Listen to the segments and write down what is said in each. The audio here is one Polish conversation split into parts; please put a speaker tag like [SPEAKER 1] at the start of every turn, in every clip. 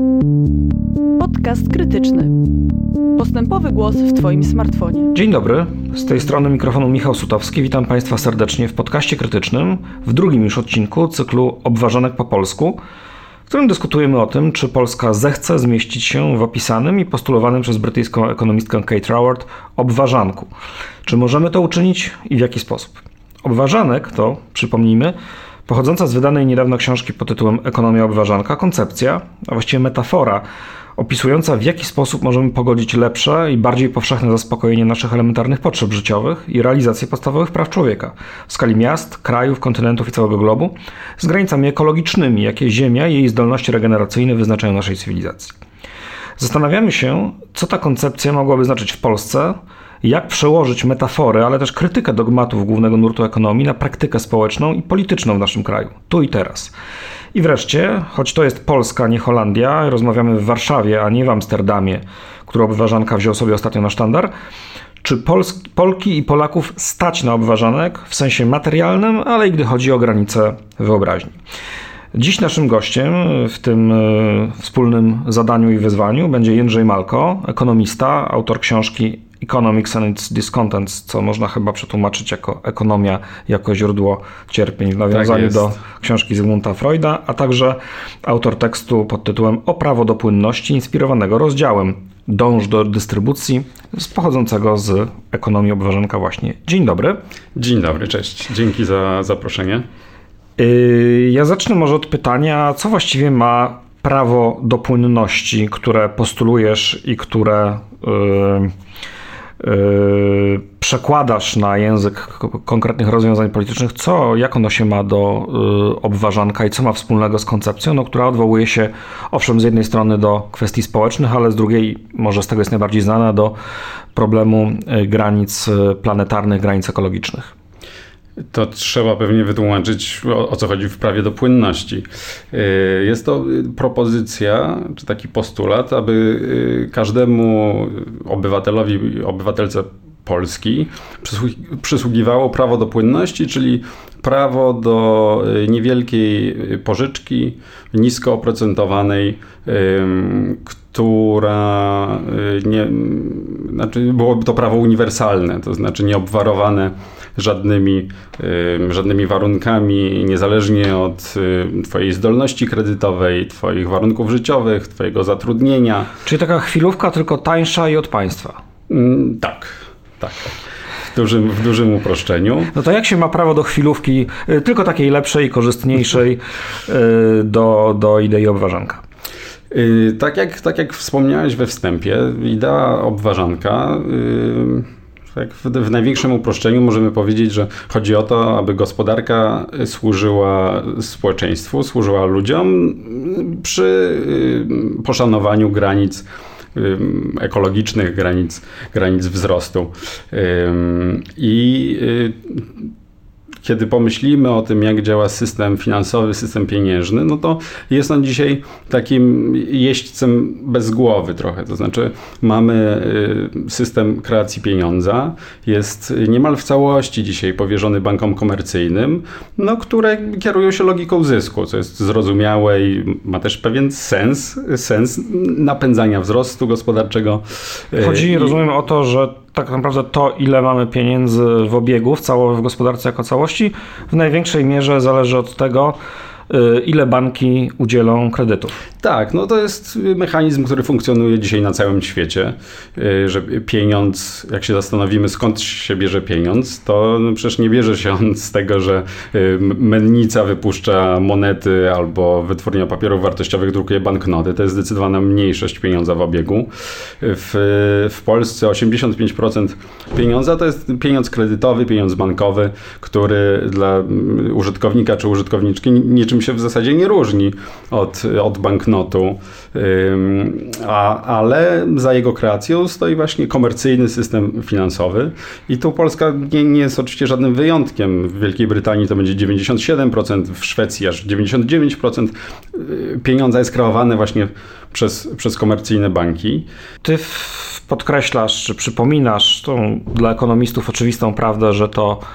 [SPEAKER 1] Podcast krytyczny. Postępowy głos w Twoim smartfonie.
[SPEAKER 2] Dzień dobry, z tej strony mikrofonu Michał Sutowski. Witam Państwa serdecznie w podcaście krytycznym, w drugim już odcinku cyklu Obważanek po polsku, w którym dyskutujemy o tym, czy Polska zechce zmieścić się w opisanym i postulowanym przez brytyjską ekonomistkę Kate Raworth obważanku. Czy możemy to uczynić i w jaki sposób? Obważanek to, przypomnijmy, pochodząca z wydanej niedawno książki pod tytułem Ekonomia obważanka, koncepcja, a właściwie metafora, opisująca w jaki sposób możemy pogodzić lepsze i bardziej powszechne zaspokojenie naszych elementarnych potrzeb życiowych i realizację podstawowych praw człowieka w skali miast, krajów, kontynentów i całego globu z granicami ekologicznymi, jakie Ziemia i jej zdolności regeneracyjne wyznaczają naszej cywilizacji. Zastanawiamy się, co ta koncepcja mogłaby znaczyć w Polsce, jak przełożyć metafory, ale też krytykę dogmatów głównego nurtu ekonomii na praktykę społeczną i polityczną w naszym kraju, tu i teraz. I wreszcie, choć to jest Polska, nie Holandia, rozmawiamy w Warszawie, a nie w Amsterdamie, który obważanka wziął sobie ostatnio na sztandar, czy Polki i Polaków stać na obważanek w sensie materialnym, ale i gdy chodzi o granice wyobraźni. Dziś naszym gościem w tym wspólnym zadaniu i wyzwaniu będzie Jędrzej Malko, ekonomista, autor książki Economics and its Discontents, co można chyba przetłumaczyć jako ekonomia, jako źródło cierpień w nawiązaniu do książki Zygmunta Freuda, a także autor tekstu pod tytułem O prawo do płynności, inspirowanego rozdziałem Dąż do dystrybucji, pochodzącego z ekonomii obważanka właśnie. Dzień dobry.
[SPEAKER 3] Dzień dobry, cześć. Dzięki za zaproszenie.
[SPEAKER 2] Ja zacznę może od pytania, co właściwie ma prawo do płynności, które postulujesz i które przekładasz na język konkretnych rozwiązań politycznych, jak ono się ma do obważanka i co ma wspólnego z koncepcją, która odwołuje się owszem z jednej strony do kwestii społecznych, ale z drugiej, może z tego jest najbardziej znana, do problemu granic planetarnych, granic ekologicznych.
[SPEAKER 3] To trzeba pewnie wytłumaczyć, o co chodzi w prawie do płynności. Jest to propozycja, czy taki postulat, aby każdemu obywatelce Polski przysługiwało prawo do płynności, czyli prawo do niewielkiej pożyczki, nisko oprocentowanej, która byłoby to prawo uniwersalne, to znaczy nieobwarowane żadnymi warunkami, niezależnie od twojej zdolności kredytowej, twoich warunków życiowych, twojego zatrudnienia.
[SPEAKER 2] Czyli taka chwilówka, tylko tańsza i od państwa.
[SPEAKER 3] Tak. W dużym uproszczeniu.
[SPEAKER 2] No to jak się ma prawo do chwilówki, tylko takiej lepszej, korzystniejszej do idei obważanka?
[SPEAKER 3] Tak jak wspomniałeś we wstępie, idea obważanka, tak w największym uproszczeniu możemy powiedzieć, że chodzi o to, aby gospodarka służyła społeczeństwu, służyła ludziom przy poszanowaniu granic ekologicznych, granic wzrostu. Kiedy pomyślimy o tym, jak działa system finansowy, system pieniężny, no to jest on dzisiaj takim jeźdźcem bez głowy trochę. To znaczy mamy system kreacji pieniądza, jest niemal w całości dzisiaj powierzony bankom komercyjnym, które kierują się logiką zysku, co jest zrozumiałe i ma też pewien sens napędzania wzrostu gospodarczego.
[SPEAKER 2] Chodzi, rozumiem, o to, że tak naprawdę to, ile mamy pieniędzy w obiegu w gospodarce jako całości, w największej mierze zależy od tego, ile banki udzielą kredytów.
[SPEAKER 3] Tak, to jest mechanizm, który funkcjonuje dzisiaj na całym świecie, że pieniądz, jak się zastanowimy, skąd się bierze pieniądz, to przecież nie bierze się on z tego, że mennica wypuszcza monety albo wytwórnia papierów wartościowych drukuje banknoty. To jest zdecydowana mniejszość pieniądza w obiegu. W Polsce 85% pieniądza to jest pieniądz kredytowy, pieniądz bankowy, który dla użytkownika czy użytkowniczki niczym się w zasadzie nie różni od banknotu, ale za jego kreacją stoi właśnie komercyjny system finansowy i tu Polska nie jest oczywiście żadnym wyjątkiem. W Wielkiej Brytanii to będzie 97%, w Szwecji aż 99% pieniądza jest kreowane właśnie przez komercyjne banki.
[SPEAKER 2] Ty podkreślasz, czy przypominasz tą dla ekonomistów oczywistą prawdę, że to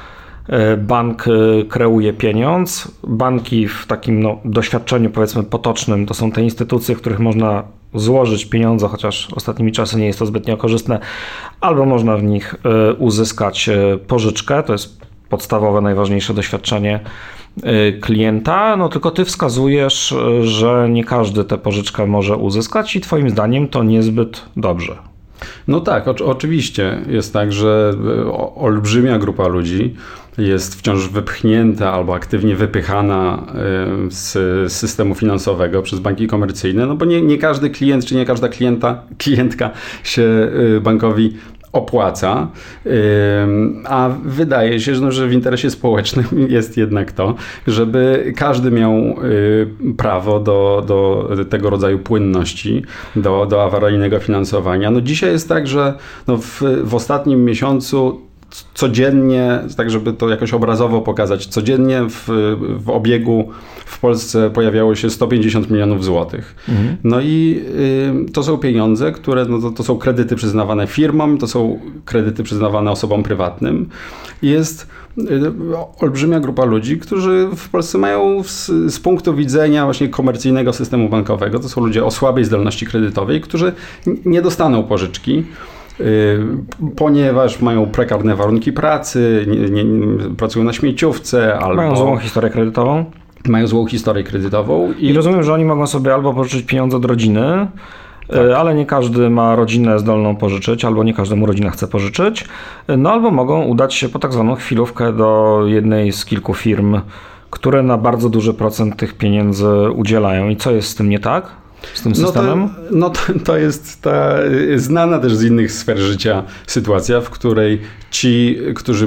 [SPEAKER 2] bank kreuje pieniądz. Banki w takim doświadczeniu, powiedzmy, potocznym, to są te instytucje, w których można złożyć pieniądze, chociaż ostatnimi czasy nie jest to zbytnio korzystne, albo można w nich uzyskać pożyczkę. To jest podstawowe, najważniejsze doświadczenie klienta. No tylko ty wskazujesz, że nie każdy tę pożyczkę może uzyskać i twoim zdaniem to niezbyt dobrze.
[SPEAKER 3] No tak, oczywiście. Jest tak, że olbrzymia grupa ludzi jest wciąż wypchnięta albo aktywnie wypychana z systemu finansowego przez banki komercyjne, no bo nie każdy klient czy nie każda klientka się bankowi opłaca, a wydaje się, że w interesie społecznym jest jednak to, żeby każdy miał prawo do tego rodzaju płynności, do awaryjnego finansowania. No dzisiaj jest tak, że w ostatnim miesiącu codziennie, tak żeby to jakoś obrazowo pokazać, codziennie w obiegu w Polsce pojawiało się 150 milionów złotych. No i to są pieniądze, które to są kredyty przyznawane firmom, to są kredyty przyznawane osobom prywatnym. Jest olbrzymia grupa ludzi, którzy w Polsce mają z punktu widzenia właśnie komercyjnego systemu bankowego, to są ludzie o słabej zdolności kredytowej, którzy nie dostaną pożyczki, ponieważ mają prekarne warunki pracy, nie pracują na śmieciówce, albo
[SPEAKER 2] mają złą historię kredytową.
[SPEAKER 3] Mają złą historię kredytową.
[SPEAKER 2] I rozumiem, że oni mogą sobie albo pożyczyć pieniądze od rodziny, tak, ale nie każdy ma rodzinę zdolną pożyczyć, albo nie każdemu rodzina chce pożyczyć, no albo mogą udać się po tak zwaną chwilówkę do jednej z kilku firm, które na bardzo duży procent tych pieniędzy udzielają. I co jest z tym nie tak? Z tym systemem?
[SPEAKER 3] To jest ta znana też z innych sfer życia sytuacja, w której ci, którzy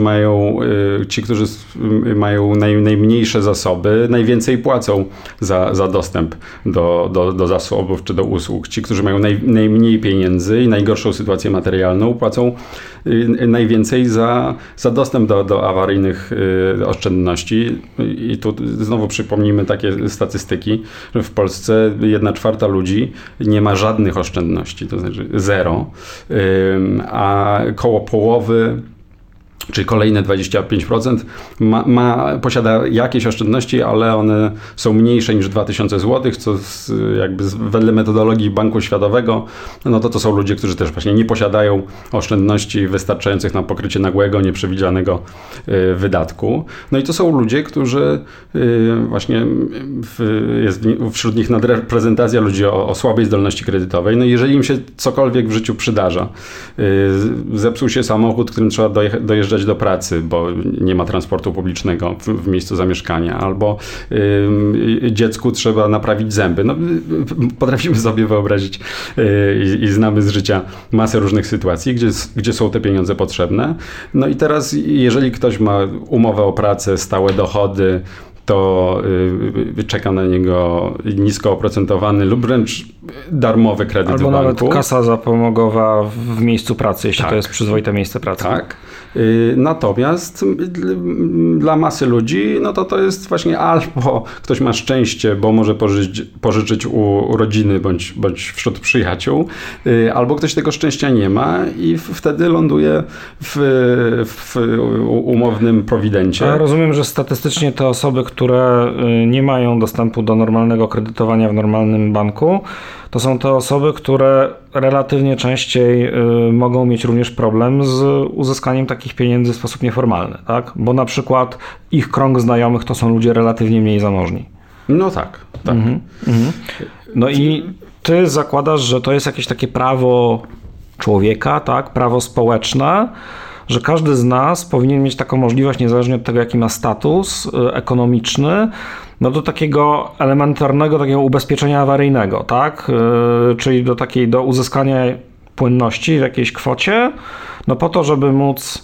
[SPEAKER 3] mają najmniejsze zasoby, najwięcej płacą za dostęp do zasobów czy do usług. Ci, którzy mają najmniej pieniędzy i najgorszą sytuację materialną, płacą najwięcej za dostęp do awaryjnych oszczędności. I tu znowu przypomnijmy takie statystyki, że w Polsce 1/4 ludzi nie ma żadnych oszczędności, to znaczy zero, a koło połowy, czyli kolejne 25% posiada jakieś oszczędności, ale one są mniejsze niż 2000 zł, co wedle metodologii Banku Światowego, no to są ludzie, którzy też właśnie nie posiadają oszczędności wystarczających na pokrycie nagłego, nieprzewidzianego wydatku. No i to są ludzie, którzy właśnie jest wśród nich nadreprezentacja ludzi o słabej zdolności kredytowej. No i jeżeli im się cokolwiek w życiu przydarza, zepsuł się samochód, którym trzeba dojeżdżać do pracy, bo nie ma transportu publicznego w miejscu zamieszkania, albo dziecku trzeba naprawić zęby. No, potrafimy sobie wyobrazić i znamy z życia masę różnych sytuacji, gdzie są te pieniądze potrzebne. No i teraz, jeżeli ktoś ma umowę o pracę, stałe dochody, to czeka na niego nisko oprocentowany lub wręcz darmowy kredyt w banku.
[SPEAKER 2] Albo nawet kasa zapomogowa w miejscu pracy, jeśli to jest przyzwoite miejsce pracy.
[SPEAKER 3] Tak. Natomiast dla masy ludzi, no to jest właśnie albo ktoś ma szczęście, bo może pożyczyć u rodziny bądź wśród przyjaciół, albo ktoś tego szczęścia nie ma i wtedy ląduje w umownym prowidencie.
[SPEAKER 2] Ja rozumiem, że statystycznie te osoby, które nie mają dostępu do normalnego kredytowania w normalnym banku, to są te osoby, które relatywnie częściej mogą mieć również problem z uzyskaniem takich pieniędzy w sposób nieformalny, tak? Bo na przykład ich krąg znajomych to są ludzie relatywnie mniej zamożni.
[SPEAKER 3] No tak.
[SPEAKER 2] No i ty zakładasz, że to jest jakieś takie prawo człowieka, tak? Prawo społeczne, że każdy z nas powinien mieć taką możliwość, niezależnie od tego, jaki ma status ekonomiczny, no do takiego elementarnego takiego ubezpieczenia awaryjnego, tak? Czyli do uzyskania płynności w jakiejś kwocie, no po to, żeby móc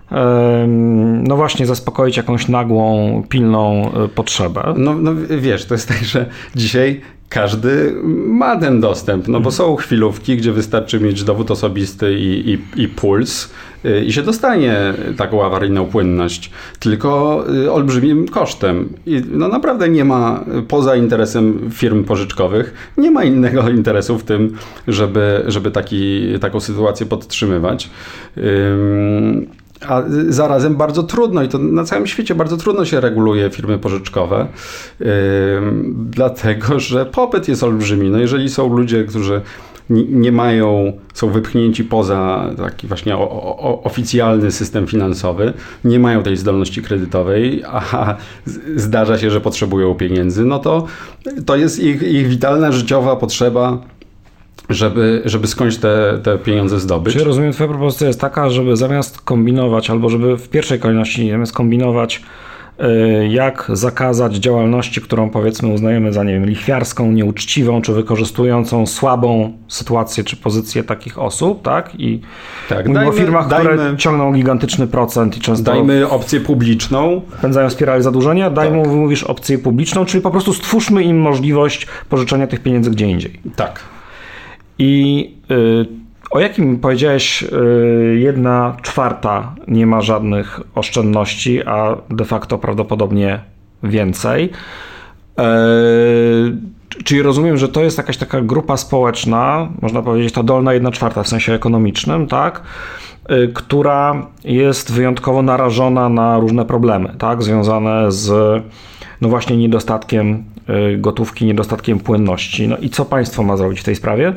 [SPEAKER 2] no właśnie zaspokoić jakąś nagłą, pilną potrzebę.
[SPEAKER 3] No wiesz, to jest tak, że dzisiaj każdy ma ten dostęp, no bo są chwilówki, gdzie wystarczy mieć dowód osobisty i puls i się dostanie taką awaryjną płynność, tylko olbrzymim kosztem. I no naprawdę nie ma, poza interesem firm pożyczkowych, nie ma innego interesu w tym, żeby taką sytuację podtrzymywać. A zarazem bardzo trudno, i to na całym świecie bardzo trudno się reguluje firmy pożyczkowe, dlatego że popyt jest olbrzymi. No jeżeli są ludzie, którzy nie mają, są wypchnięci poza taki właśnie oficjalny system finansowy, nie mają tej zdolności kredytowej, a zdarza się, że potrzebują pieniędzy, no to jest ich witalna, życiowa potrzeba, żeby skądś te pieniądze zdobyć.
[SPEAKER 2] Czyli rozumiem, twoja propozycja jest taka, żeby zamiast kombinować, albo żeby w pierwszej kolejności zamiast kombinować, jak zakazać działalności, którą powiedzmy uznajemy za, nie wiem, lichwiarską, nieuczciwą, czy wykorzystującą słabą sytuację, czy pozycję takich osób, tak? I mówimy o firmach, które ciągną gigantyczny procent i często...
[SPEAKER 3] Dajmy opcję publiczną.
[SPEAKER 2] Pędzają spirale zadłużenia, mówisz opcję publiczną, czyli po prostu stwórzmy im możliwość pożyczenia tych pieniędzy gdzie indziej.
[SPEAKER 3] Tak.
[SPEAKER 2] I o jakim powiedziałeś 1/4 nie ma żadnych oszczędności, a de facto prawdopodobnie więcej. Czyli rozumiem, że to jest jakaś taka grupa społeczna, można powiedzieć ta dolna 1/4 w sensie ekonomicznym, tak? Która jest wyjątkowo narażona na różne problemy, tak? Związane z no właśnie niedostatkiem gotówki, niedostatkiem płynności. No i co państwo ma zrobić w tej sprawie?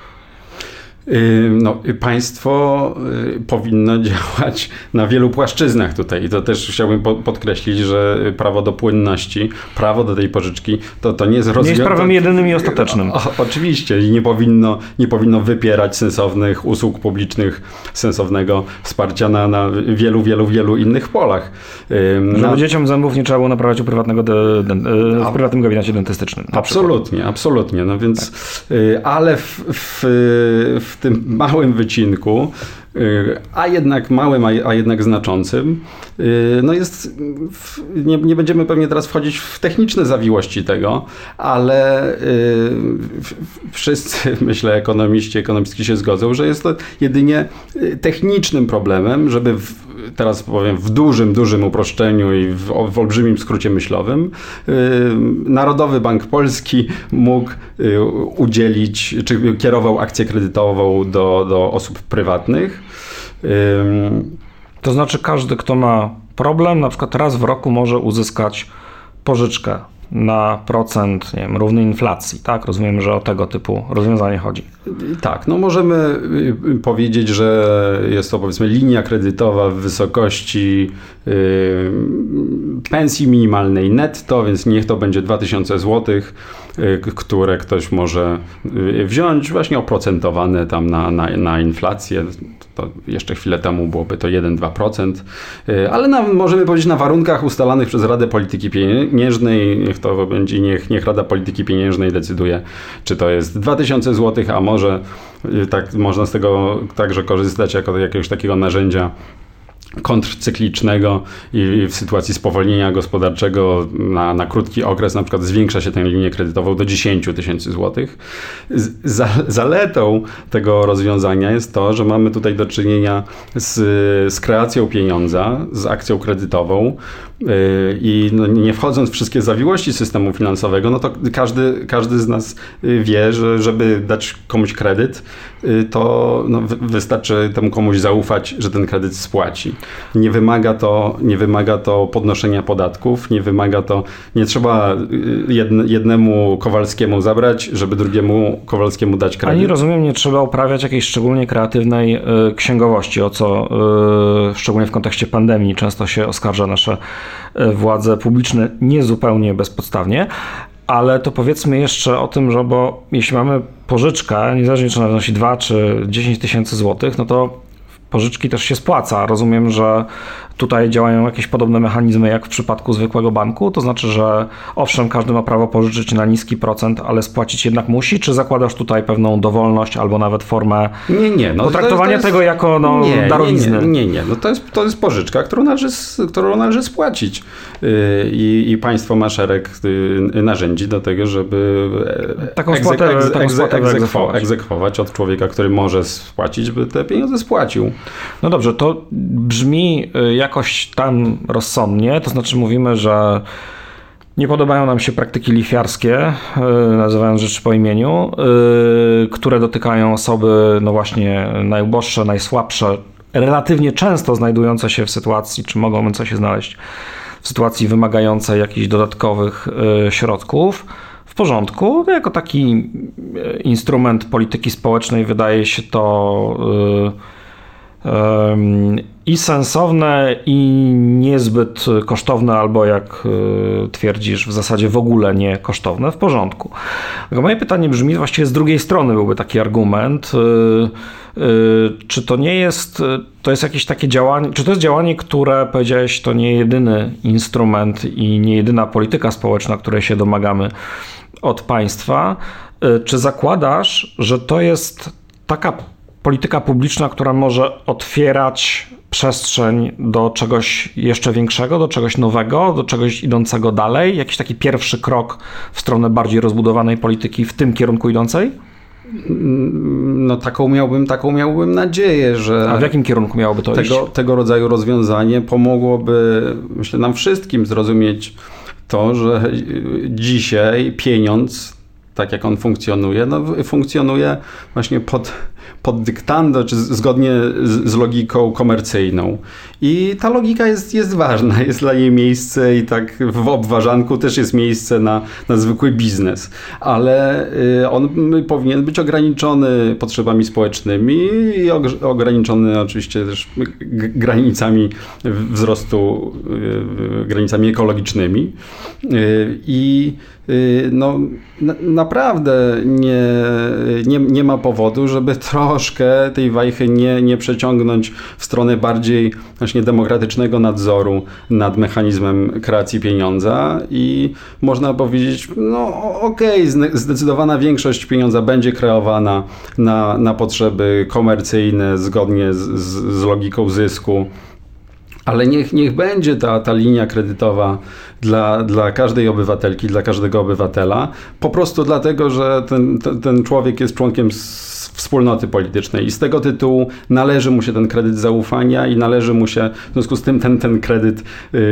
[SPEAKER 3] No, państwo powinno działać na wielu płaszczyznach tutaj i to też chciałbym podkreślić, że prawo do płynności, prawo do tej pożyczki to nie jest
[SPEAKER 2] rozwiązanie. Nie jest prawem jedynym i ostatecznym.
[SPEAKER 3] Oczywiście i nie powinno wypierać sensownych usług publicznych, sensownego wsparcia na wielu innych polach.
[SPEAKER 2] Żeby dzieciom zębów nie trzeba było naprawiać u prywatnego w prywatnym gabinecie dentystycznym.
[SPEAKER 3] Absolutnie. No więc, ale w tym małym wycinku, a jednak małym, a jednak znaczącym, no jest, nie będziemy pewnie teraz wchodzić w techniczne zawiłości tego, ale wszyscy, myślę, ekonomistki się zgodzą, że jest to jedynie technicznym problemem, żeby teraz powiem w dużym uproszczeniu i w olbrzymim skrócie myślowym, Narodowy Bank Polski mógł udzielić, czy kierował akcję kredytową do osób prywatnych.
[SPEAKER 2] To znaczy każdy, kto ma problem, na przykład raz w roku może uzyskać pożyczkę na procent, nie wiem, równy inflacji, tak? Rozumiem, że o tego typu rozwiązanie chodzi.
[SPEAKER 3] Tak, no możemy powiedzieć, że jest to powiedzmy linia kredytowa w wysokości pensji minimalnej netto, więc niech to będzie 2000 zł, które ktoś może wziąć właśnie oprocentowane tam na inflację. To jeszcze chwilę temu byłoby to 1-2%, ale możemy powiedzieć na warunkach ustalanych przez Radę Polityki Pieniężnej, niech to będzie, niech Rada Polityki Pieniężnej decyduje, czy to jest 2000 zł, a może tak można z tego także korzystać jako jakiegoś takiego narzędzia kontrcyklicznego i w sytuacji spowolnienia gospodarczego na krótki okres na przykład zwiększa się tę linię kredytową do 10 000 złotych. Zaletą tego rozwiązania jest to, że mamy tutaj do czynienia z kreacją pieniądza, z akcją kredytową i no nie wchodząc w wszystkie zawiłości systemu finansowego, no to każdy z nas wie, że żeby dać komuś kredyt, to no wystarczy temu komuś zaufać, że ten kredyt spłaci. Nie wymaga to podnoszenia podatków, nie trzeba jednemu Kowalskiemu zabrać, żeby drugiemu Kowalskiemu dać kredyt.
[SPEAKER 2] Ani rozumiem, nie trzeba uprawiać jakiejś szczególnie kreatywnej księgowości, o co szczególnie w kontekście pandemii często się oskarża nasze władze publiczne niezupełnie bezpodstawnie. Ale to powiedzmy jeszcze o tym, że bo jeśli mamy pożyczkę, niezależnie czy ona wynosi 2 czy 10 000 złotych, no to pożyczki też się spłaca. Rozumiem, że tutaj działają jakieś podobne mechanizmy jak w przypadku zwykłego banku, to znaczy, że owszem, każdy ma prawo pożyczyć na niski procent, ale spłacić jednak musi, czy zakładasz tutaj pewną dowolność albo nawet formę potraktowania tego jako darowizny?
[SPEAKER 3] Nie. No to jest pożyczka, którą należy spłacić. I państwo ma szereg narzędzi do tego, żeby
[SPEAKER 2] taką spłatę
[SPEAKER 3] egzekwować od człowieka, który może spłacić, by te pieniądze spłacił.
[SPEAKER 2] No dobrze, to brzmi jakoś tam rozsądnie, to znaczy mówimy, że nie podobają nam się praktyki lichwiarskie, nazywając rzeczy po imieniu, które dotykają osoby no właśnie najuboższe, najsłabsze, relatywnie często znajdujące się w sytuacji, czy mogą się znaleźć w sytuacji wymagającej jakichś dodatkowych środków, w porządku. Jako taki instrument polityki społecznej wydaje się to i sensowne, i niezbyt kosztowne, albo jak twierdzisz, w zasadzie w ogóle nie kosztowne, w porządku. Moje pytanie brzmi, właściwie z drugiej strony byłby taki argument, czy to nie jest, to jest jakieś takie działanie, czy to jest działanie, które powiedziałeś, to nie jedyny instrument i nie jedyna polityka społeczna, której się domagamy od państwa. Czy zakładasz, że to jest taka polityka publiczna, która może otwierać przestrzeń do czegoś jeszcze większego, do czegoś nowego, do czegoś idącego dalej? Jakiś taki pierwszy krok w stronę bardziej rozbudowanej polityki w tym kierunku idącej?
[SPEAKER 3] No taką miałbym nadzieję, że...
[SPEAKER 2] A w jakim kierunku miałoby to iść?
[SPEAKER 3] Tego rodzaju rozwiązanie pomogłoby, myślę, nam wszystkim zrozumieć to, że dzisiaj pieniądz, tak jak on funkcjonuje, funkcjonuje właśnie pod dyktando, czy zgodnie z logiką komercyjną. I ta logika jest ważna, jest dla niej miejsce i tak w obwarzanku też jest miejsce na zwykły biznes. Ale on powinien być ograniczony potrzebami społecznymi i ograniczony oczywiście też granicami wzrostu, granicami ekologicznymi. I no, naprawdę nie ma powodu, żeby troszkę tej wajchy nie przeciągnąć w stronę bardziej właśnie demokratycznego nadzoru nad mechanizmem kreacji pieniądza i można powiedzieć, zdecydowana większość pieniądza będzie kreowana na potrzeby komercyjne zgodnie z logiką zysku. Ale niech będzie ta linia kredytowa dla każdej obywatelki, dla każdego obywatela, po prostu dlatego, że ten człowiek jest członkiem wspólnoty politycznej i z tego tytułu należy mu się ten kredyt zaufania i należy mu się w związku z tym ten kredyt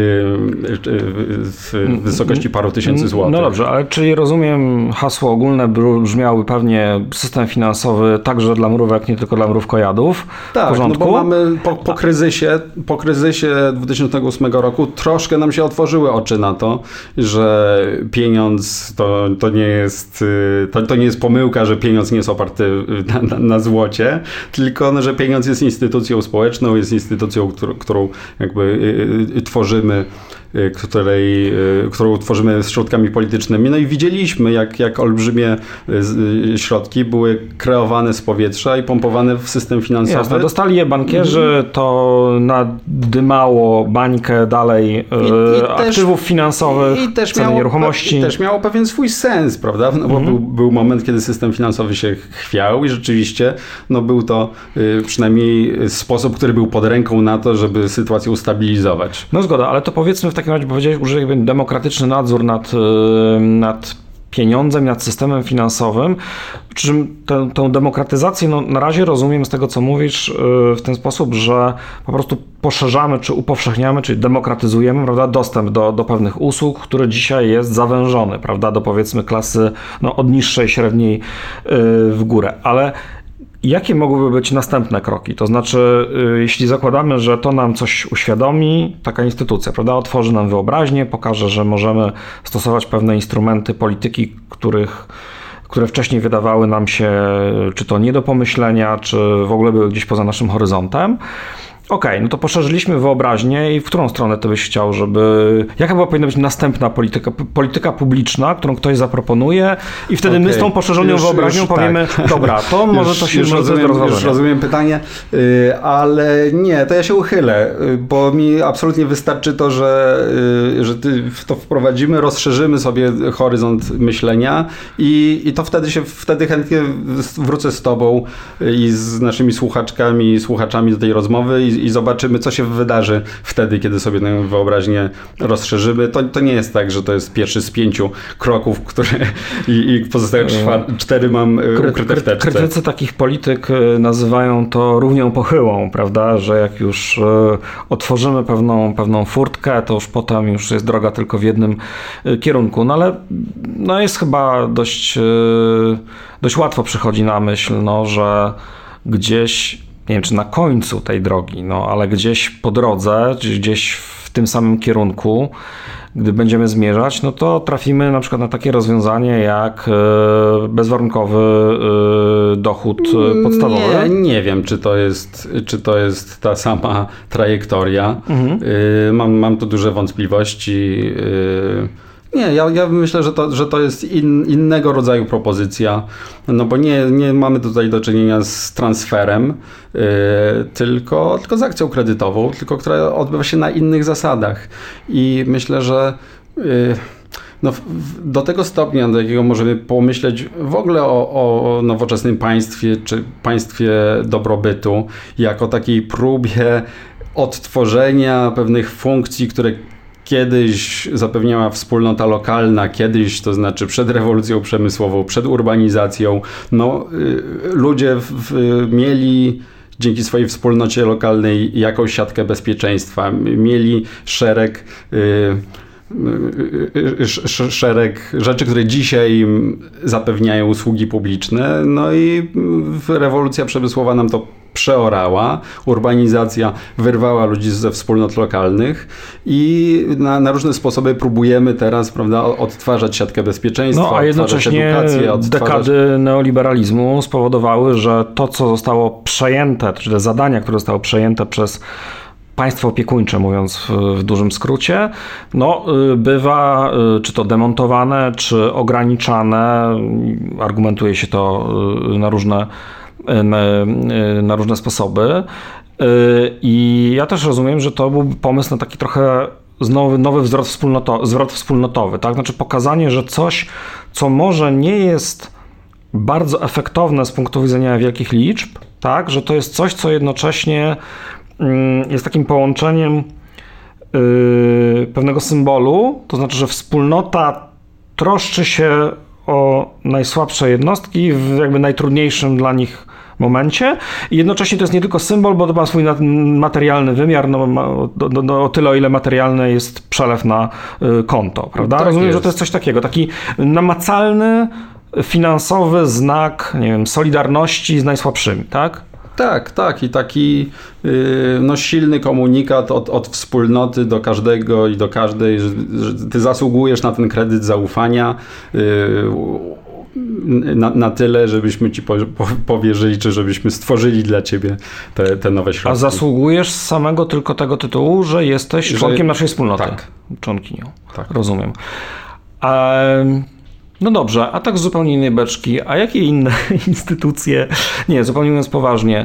[SPEAKER 3] w wysokości paru tysięcy złotych.
[SPEAKER 2] No dobrze, ale czyli rozumiem, hasło ogólne brzmiałoby pewnie system finansowy także dla mrówek, nie tylko dla mrówkojadów.
[SPEAKER 3] Tak,
[SPEAKER 2] w porządku?
[SPEAKER 3] No bo mamy po kryzysie 2008 roku troszkę nam się otworzyły oczy na to, że pieniądz to nie jest pomyłka, że pieniądz nie jest oparty na złocie, tylko że pieniądz jest instytucją społeczną, jest instytucją, którą jakby tworzymy, którą tworzymy środkami politycznymi. No i widzieliśmy, jak olbrzymie środki były kreowane z powietrza i pompowane w system finansowy. Jasne,
[SPEAKER 2] dostali je bankierzy, to nadymało bańkę dalej aktywów finansowych, ceny nieruchomości.
[SPEAKER 3] I też miało pewien swój sens, prawda? No bo był moment, kiedy system finansowy się chwiał i rzeczywiście był to przynajmniej sposób, który był pod ręką na to, żeby sytuację ustabilizować.
[SPEAKER 2] No zgoda, ale to powiedzmy w takim razie, powiedziałeś, użyj demokratyczny nadzór nad pieniądzem, nad systemem finansowym. Przy czym tę demokratyzację na razie rozumiem z tego, co mówisz, w ten sposób, że po prostu poszerzamy, czy upowszechniamy, czyli demokratyzujemy, prawda, dostęp do pewnych usług, który dzisiaj jest zawężony, prawda, do powiedzmy klasy od niższej, średniej w górę. Ale jakie mogłyby być następne kroki? To znaczy, jeśli zakładamy, że to nam coś uświadomi, taka instytucja, prawda, otworzy nam wyobraźnię, pokaże, że możemy stosować pewne instrumenty polityki, które wcześniej wydawały nam się czy to nie do pomyślenia, czy w ogóle były gdzieś poza naszym horyzontem. Okej, no to poszerzyliśmy wyobraźnię i w którą stronę ty byś chciał, jaka powinna być następna polityka publiczna, którą ktoś zaproponuje i wtedy my z tą poszerzoną wyobraźnią powiemy, tak. Dobra, to może to się
[SPEAKER 3] już rozumiem pytanie, ale nie, to ja się uchylę, bo mi absolutnie wystarczy to, że to wprowadzimy, rozszerzymy sobie horyzont myślenia i to wtedy chętnie wrócę z tobą i z naszymi słuchaczami do tej rozmowy i zobaczymy, co się wydarzy wtedy, kiedy sobie tę wyobraźnię rozszerzymy. To nie jest tak, że to jest pierwszy z 5 kroków, i pozostałe 4 mam ukryte w teczce.
[SPEAKER 2] Krytycy takich polityk nazywają to równią pochyłą, prawda, że jak już otworzymy pewną furtkę, to już potem już jest droga tylko w jednym kierunku. No ale jest chyba dość łatwo przychodzi na myśl, że gdzieś nie wiem, czy na końcu tej drogi, no ale gdzieś po drodze, gdzieś w tym samym kierunku, gdy będziemy zmierzać, no to trafimy na przykład na takie rozwiązanie jak bezwarunkowy dochód podstawowy.
[SPEAKER 3] Nie wiem, czy to jest ta sama trajektoria. Mam tu duże wątpliwości. Nie, ja myślę, że to jest innego rodzaju propozycja, no bo nie mamy tutaj do czynienia z transferem, tylko z akcją kredytową, tylko która odbywa się na innych zasadach. I myślę, że no, do tego stopnia, do jakiego możemy pomyśleć w ogóle o nowoczesnym państwie, czy państwie dobrobytu, jako takiej próbie odtworzenia pewnych funkcji, które kiedyś zapewniała wspólnota lokalna, kiedyś, to znaczy przed rewolucją przemysłową, przed urbanizacją, no, ludzie mieli dzięki swojej wspólnocie lokalnej jakąś siatkę bezpieczeństwa, mieli szereg rzeczy, które dzisiaj im zapewniają usługi publiczne, no i rewolucja przemysłowa nam to przeorała, urbanizacja wyrwała ludzi ze wspólnot lokalnych i na różne sposoby próbujemy teraz, prawda, odtwarzać siatkę bezpieczeństwa,
[SPEAKER 2] no, a jednocześnie
[SPEAKER 3] edukację,
[SPEAKER 2] dekady neoliberalizmu spowodowały, że to, co zostało przejęte, czy te zadania, które zostały przejęte przez państwo opiekuńcze, mówiąc w dużym skrócie, no, bywa czy to demontowane, czy ograniczane. Argumentuje się to na różne sposoby. I ja też rozumiem, że to był pomysł na taki trochę nowy zwrot wspólnotowy. Tak? Znaczy pokazanie, że coś, co może nie jest bardzo efektowne z punktu widzenia wielkich liczb, tak? Że to jest coś, co jednocześnie jest takim połączeniem pewnego symbolu, to znaczy, że wspólnota troszczy się o najsłabsze jednostki w jakby najtrudniejszym dla nich momencie i jednocześnie to jest nie tylko symbol, bo to ma swój materialny wymiar, o tyle, o ile materialny jest przelew na konto, prawda?
[SPEAKER 3] Tak
[SPEAKER 2] Rozumiem,
[SPEAKER 3] jest.
[SPEAKER 2] że to jest coś takiego, taki namacalny, finansowy znak, nie wiem, solidarności z najsłabszymi, tak?
[SPEAKER 3] Tak. I taki no, silny komunikat od wspólnoty do każdego i do każdej, że ty zasługujesz na ten kredyt zaufania na tyle, żebyśmy ci powierzyli, czy żebyśmy stworzyli dla ciebie te nowe środki.
[SPEAKER 2] A zasługujesz z samego tylko tego tytułu, że jesteś członkiem naszej wspólnoty.
[SPEAKER 3] Tak.
[SPEAKER 2] Członkinią.
[SPEAKER 3] Tak.
[SPEAKER 2] Rozumiem. No dobrze, a tak z zupełnie innej beczki, a jakie inne instytucje, nie, zupełnie mówiąc poważnie,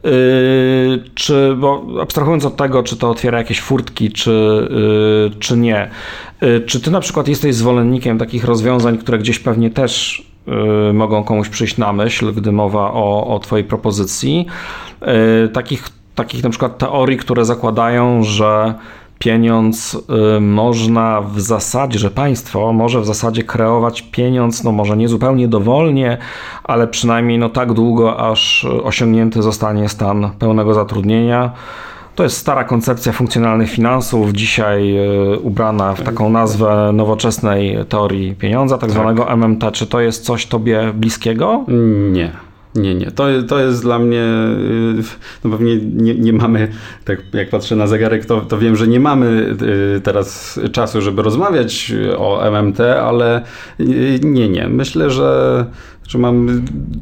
[SPEAKER 2] bo abstrahując od tego, czy to otwiera jakieś furtki, czy nie, czy ty na przykład jesteś zwolennikiem takich rozwiązań, które gdzieś pewnie też mogą komuś przyjść na myśl, gdy mowa o twojej propozycji, takich na przykład teorii, które zakładają, że pieniądz można w zasadzie, że państwo może w zasadzie kreować pieniądz, no może nie zupełnie dowolnie, ale przynajmniej no tak długo, aż osiągnięty zostanie stan pełnego zatrudnienia. To jest stara koncepcja funkcjonalnych finansów, dzisiaj ubrana w taką nazwę nowoczesnej teorii pieniądza, tak zwanego MMT. Czy to jest coś tobie bliskiego?
[SPEAKER 3] Nie. To jest dla mnie, no pewnie nie mamy, tak jak patrzę na zegarek, to wiem, że nie mamy teraz czasu, żeby rozmawiać o MMT, ale nie. Myślę, że mam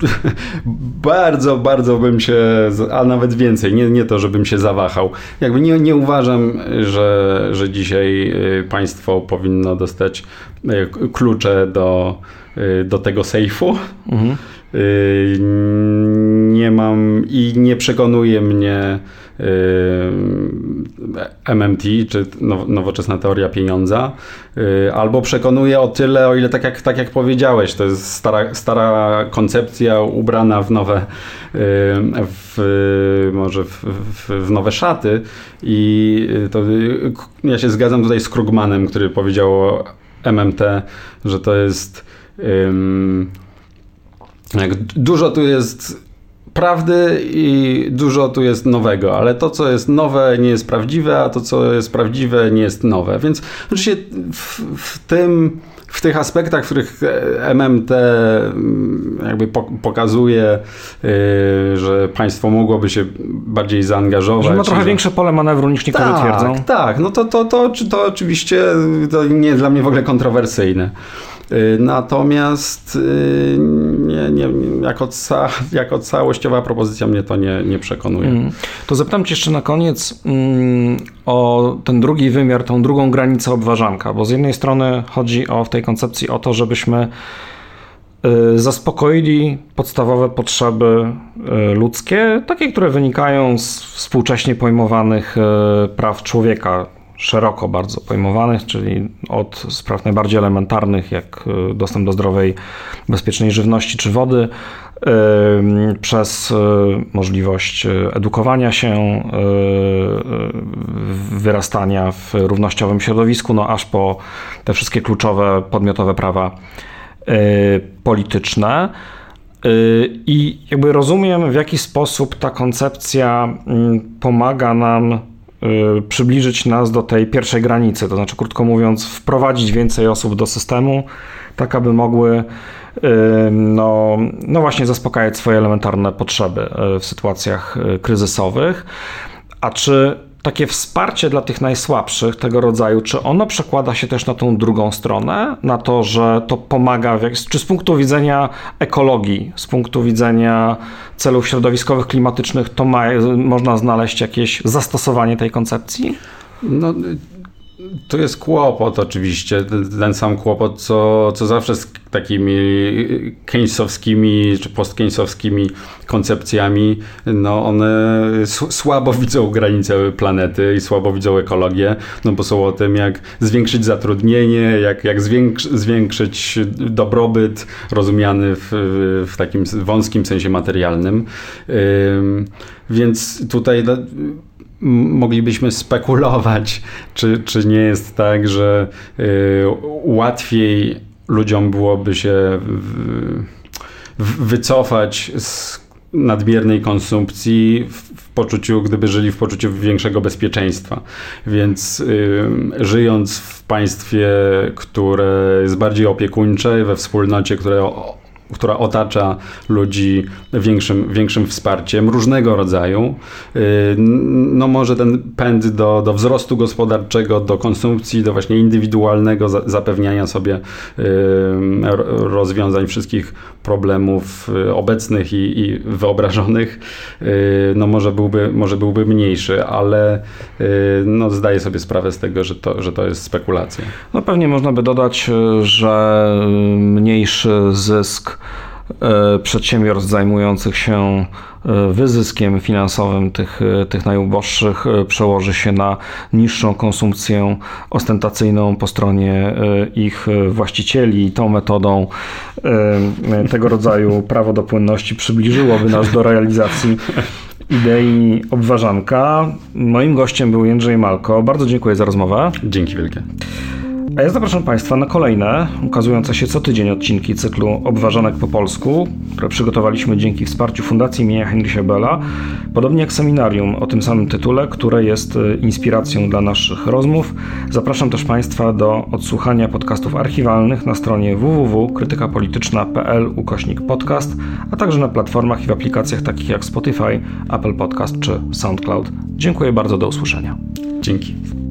[SPEAKER 3] bardzo bym się, a nawet więcej, nie to, żebym się zawahał. Jakby nie uważam, że dzisiaj państwo powinno dostać klucze do tego sejfu. Mhm. Nie mam i nie przekonuje mnie MMT, czy nowoczesna teoria pieniądza, albo przekonuje o tyle, o ile tak jak powiedziałeś, to jest stara koncepcja ubrana w nowe w nowe szaty i to ja się zgadzam tutaj z Krugmanem, który powiedział o MMT, że to jest dużo tu jest prawdy i dużo tu jest nowego, ale to, co jest nowe, nie jest prawdziwe, a to, co jest prawdziwe, nie jest nowe. Więc oczywiście w tych aspektach, w których MMT jakby pokazuje, że państwo mogłoby się bardziej zaangażować.
[SPEAKER 2] Że ma trochę większe pole manewru niż niektórzy twierdzą.
[SPEAKER 3] Tak, no to oczywiście to nie jest dla mnie w ogóle kontrowersyjne. Natomiast jako całościowa propozycja mnie to nie przekonuje.
[SPEAKER 2] To zapytam cię jeszcze na koniec o ten drugi wymiar, tą drugą granicę obważanka, bo z jednej strony chodzi w tej koncepcji o to, żebyśmy zaspokoili podstawowe potrzeby ludzkie, takie, które wynikają z współcześnie pojmowanych praw człowieka, szeroko bardzo pojmowanych, czyli od spraw najbardziej elementarnych, jak dostęp do zdrowej, bezpiecznej żywności czy wody, przez możliwość edukowania się, wyrastania w równościowym środowisku, no aż po te wszystkie kluczowe, podmiotowe prawa polityczne. I jakby rozumiem, w jaki sposób ta koncepcja pomaga nam przybliżyć nas do tej pierwszej granicy, to znaczy, krótko mówiąc, wprowadzić więcej osób do systemu, tak aby mogły no właśnie zaspokajać swoje elementarne potrzeby w sytuacjach kryzysowych. A czy takie wsparcie dla tych najsłabszych tego rodzaju, czy ono przekłada się też na tą drugą stronę, na to, że to pomaga, czy z punktu widzenia ekologii, z punktu widzenia celów środowiskowych, klimatycznych, to można znaleźć jakieś zastosowanie tej koncepcji?
[SPEAKER 3] No, to jest kłopot oczywiście, ten sam kłopot, co zawsze z takimi keynesowskimi czy post-keynesowskimi koncepcjami, no one słabo widzą granice planety i słabo widzą ekologię, no bo są o tym, jak zwiększyć zatrudnienie, jak zwiększyć dobrobyt rozumiany w takim wąskim sensie materialnym. Więc tutaj moglibyśmy spekulować, czy nie jest tak, że łatwiej ludziom byłoby się wycofać z nadmiernej konsumpcji gdyby żyli w poczuciu większego bezpieczeństwa. Więc żyjąc w państwie, które jest bardziej opiekuńcze, we wspólnocie, która otacza ludzi większym wsparciem różnego rodzaju, no może ten pęd do wzrostu gospodarczego, do konsumpcji, do właśnie indywidualnego zapewniania sobie rozwiązań wszystkich problemów obecnych i wyobrażonych, no może byłby mniejszy, ale no zdaję sobie sprawę z tego, że to jest spekulacja.
[SPEAKER 2] No pewnie można by dodać, że mniejszy zysk przedsiębiorstw zajmujących się wyzyskiem finansowym tych najuboższych przełoży się na niższą konsumpcję ostentacyjną po stronie ich właścicieli. Tą metodą tego rodzaju prawo do płynności przybliżyłoby nas do realizacji idei obważanka. Moim gościem był Jędrzej Malko. Bardzo dziękuję za rozmowę.
[SPEAKER 3] Dzięki wielkie.
[SPEAKER 2] A ja zapraszam Państwa na kolejne, ukazujące się co tydzień odcinki cyklu Obważanek po polsku, które przygotowaliśmy dzięki wsparciu Fundacji imienia Heinricha Bölla, podobnie jak seminarium o tym samym tytule, które jest inspiracją dla naszych rozmów. Zapraszam też Państwa do odsłuchania podcastów archiwalnych na stronie www.krytykapolityczna.pl/podcast, a także na platformach i w aplikacjach takich jak Spotify, Apple Podcast czy SoundCloud. Dziękuję bardzo, do usłyszenia.
[SPEAKER 3] Dzięki.